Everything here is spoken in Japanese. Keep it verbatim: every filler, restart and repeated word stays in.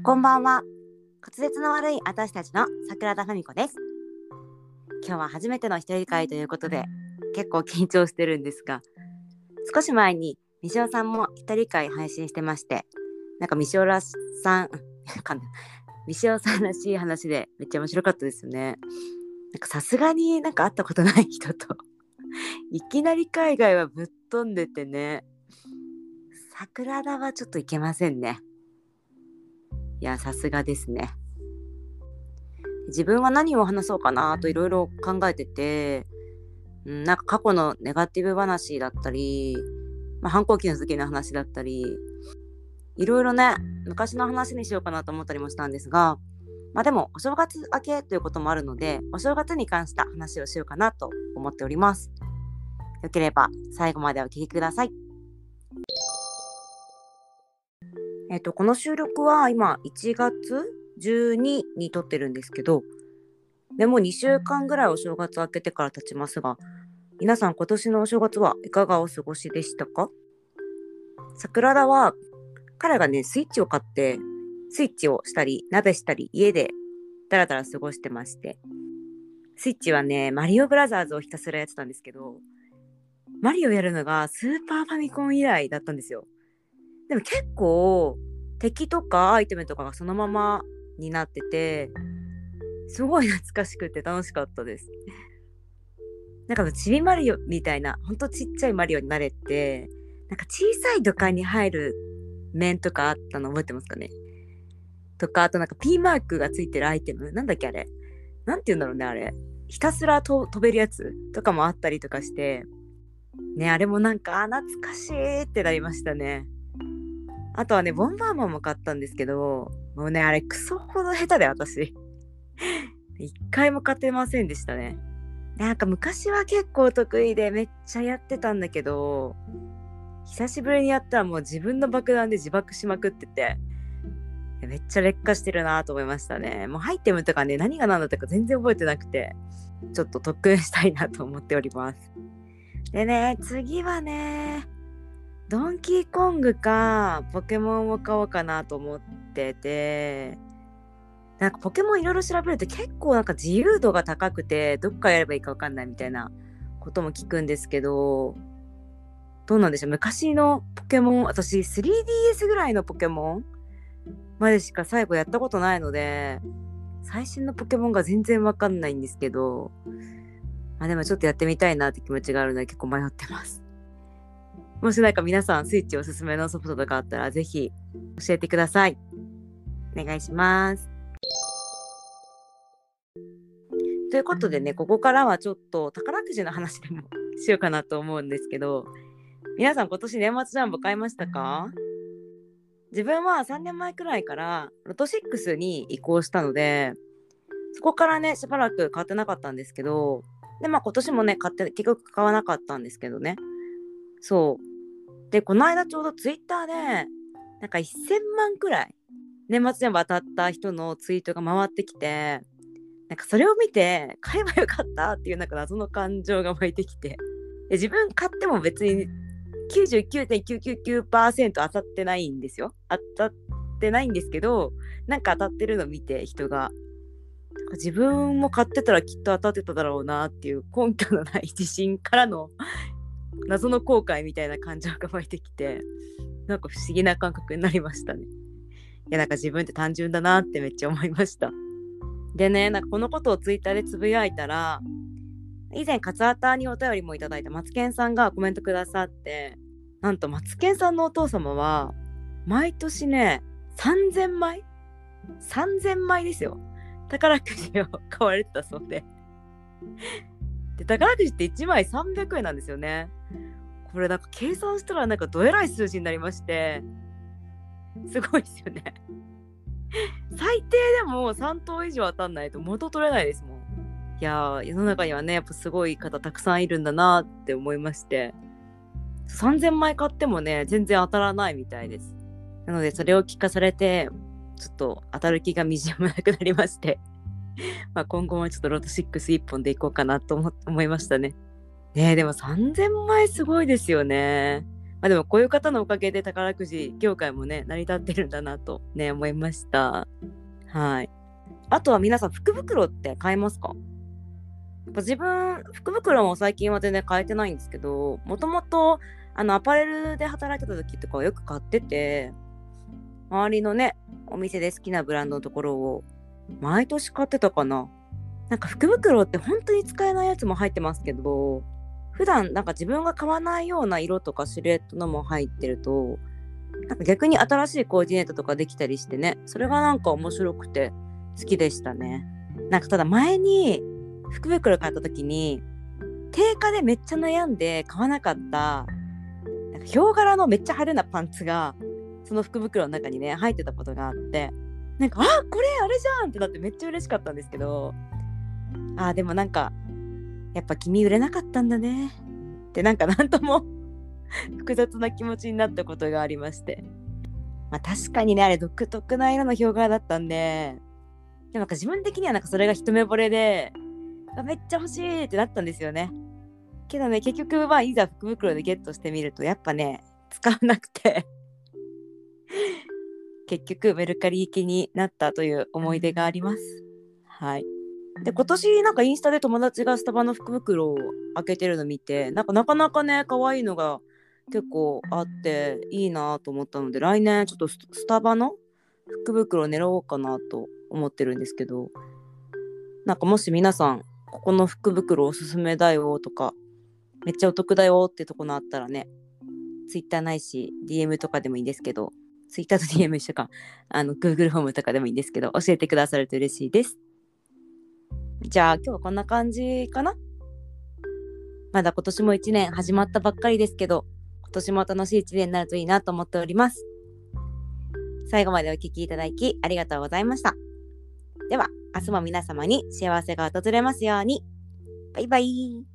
こんばんは。滑舌の悪い私たちの桜田文子です。今日は初めての一人会ということで結構緊張してるんですが、少し前にみしおさんも一人会配信してまして、なんかみしおらさんみしおさんらしい話でめっちゃ面白かったですよね。なんかさすがになんか会ったことない人といきなり海外はぶっ飛んでてね、桜田はちょっといけませんね。いや、さすがですね。自分は何を話そうかなといろいろ考えてて、うん、なんか過去のネガティブ話だったり、まあ、反抗期の時の話だったり、いろいろね、昔の話にしようかなと思ったりもしたんですが、まあでもお正月明けということもあるので、お正月に関した話をしようかなと思っております。よければ最後までお聞きください。えっと、この収録は今いちがつじゅうにに撮ってるんですけど、でもにしゅうかんぐらいお正月明けてから経ちますが、皆さん今年のお正月はいかがお過ごしでしたか？桜田は彼がねスイッチを買ってスイッチをしたり鍋したり家でダラダラ過ごしてまして、スイッチはねマリオブラザーズをひたすらやってたんですけど、マリオやるのがスーパーファミコン以来だったんですよ。でも結構敵とかアイテムとかがそのままになってて、すごい懐かしくて楽しかったです。なんかちびマリオみたいなほんとちっちゃいマリオになれて、なんか小さい土管に入る面とかあったの覚えてますかね。とか、あとなんか P マークがついてるアイテムなんだっけあれ、なんて言うんだろうね、あれひたすらと飛べるやつとかもあったりとかしてね、あれもなんか懐かしいってなりましたね。あとはねボンバーマンも買ったんですけど、もうねあれクソほど下手で私一回も勝てませんでしたね。なんか昔は結構得意でめっちゃやってたんだけど、久しぶりにやったらもう自分の爆弾で自爆しまくってて、めっちゃ劣化してるなと思いましたね。もうアイテムとかね何が何だったか全然覚えてなくて、ちょっと特訓したいなと思っております。でね、次はねドンキーコングかポケモンを買おうかなと思ってて、なんかポケモンいろいろ調べると結構なんか自由度が高くてどっからやればいいか分かんないみたいなことも聞くんですけど、どうなんでしょう。昔のポケモン、私 スリーディーエス ぐらいのポケモンまでしか最後やったことないので、最新のポケモンが全然分かんないんですけど、まあ、でもちょっとやってみたいなって気持ちがあるので結構迷ってます。もしなんか皆さんスイッチおすすめのソフトとかあったらぜひ教えてください。お願いします。ということでね、ここからはちょっと宝くじの話でもしようかなと思うんですけど、皆さん今年年末ジャンボ買いましたか？自分はさんねんまえくらいからロトろくに移行したので、そこからねしばらく買ってなかったんですけど、でまあ今年もね買って結局買わなかったんですけどね。そうでこの間ちょうどツイッターでなんかせんまんくらい年末ジャンボ当たった人のツイートが回ってきて、なんかそれを見て買えばよかったっていうなんか謎の感情が湧いてきて、で自分買っても別に きゅうじゅうきゅうてんきゅうきゅうきゅうパーセント 当たってないんですよ。当たってないんですけど、なんか当たってるの見て人が自分も買ってたらきっと当たってただろうなっていう根拠のない自信からの謎の後悔みたいな感情が湧いてきて、なんか不思議な感覚になりましたね。いやなんか自分って単純だなってめっちゃ思いました。でね、なんかこのことをツイッターでつぶやいたら、以前カツアタにお便りもいただいたマツケンさんがコメントくださって、なんとマツケンさんのお父様は毎年ねさんぜんまいさんぜんまいですよ、宝くじを買われてたそうでで宝くじっていちまいさんびゃくえんなんですよね。これなんか計算したらなんかどえらい数字になりまして、すごいですよね最低でもさん等以上当たんないと元取れないですもん。いやー世の中にはねやっぱすごい方たくさんいるんだなって思いまして、さんぜんまい買ってもね全然当たらないみたいです。なのでそれを聞かされてちょっと当たる気がみじんもなくなりましてまあ今後もちょっとロトろく一本でいこうかなと 思, 思いましたね。ねえでもさんぜんまいすごいですよね。 あでもこういう方のおかげで宝くじ業界もね成り立ってるんだなとね思いました。はい。あとは皆さん福袋って買いますか？やっぱ自分福袋も最近は全然買えてないんですけど、もともとあのアパレルで働いてた時とかはよく買ってて、周りのねお店で好きなブランドのところを毎年買ってたかな。なんか福袋って本当に使えないやつも入ってますけど、普段なんか自分が買わないような色とかシルエットのも入ってると、なんか逆に新しいコーディネートとかできたりしてね、それがなんか面白くて好きでしたね。なんかただ前に福袋買った時に定価でめっちゃ悩んで買わなかったなんかヒョウ柄のめっちゃ派手なパンツがその福袋の中にね入ってたことがあって、なんかあこれあれじゃんってなってめっちゃ嬉しかったんですけど、あでもなんかやっぱ君売れなかったんだねってなんかなんとも複雑な気持ちになったことがありまして、まあ確かにねあれ独特な色のヒョウ柄だったんで、でもなんか自分的にはなんかそれが一目惚れでめっちゃ欲しいってなったんですよね。けどね結局はいざ福袋でゲットしてみるとやっぱね使わなくて結局メルカリ行きになったという思い出があります。はい。で今年なんかインスタで友達がスタバの福袋を開けてるの見て、なんかなかなかね可愛いのが結構あっていいなと思ったので、来年ちょっとスタバの福袋を狙おうかなと思ってるんですけど、なんかもし皆さんここの福袋おすすめだよとかめっちゃお得だよってとこのあったらね、ツイッターないし ディーエム とかでもいいんですけど、ツイッターと ディーエム 一緒か、あの Google フォームとかでもいいんですけど教えてくださると嬉しいです。じゃあ今日はこんな感じかな。まだ今年もいちねん始まったばっかりですけど、今年も楽しいいちねんになるといいなと思っております。最後までお聞きいただきありがとうございました。では明日も皆様に幸せが訪れますように。バイバイ。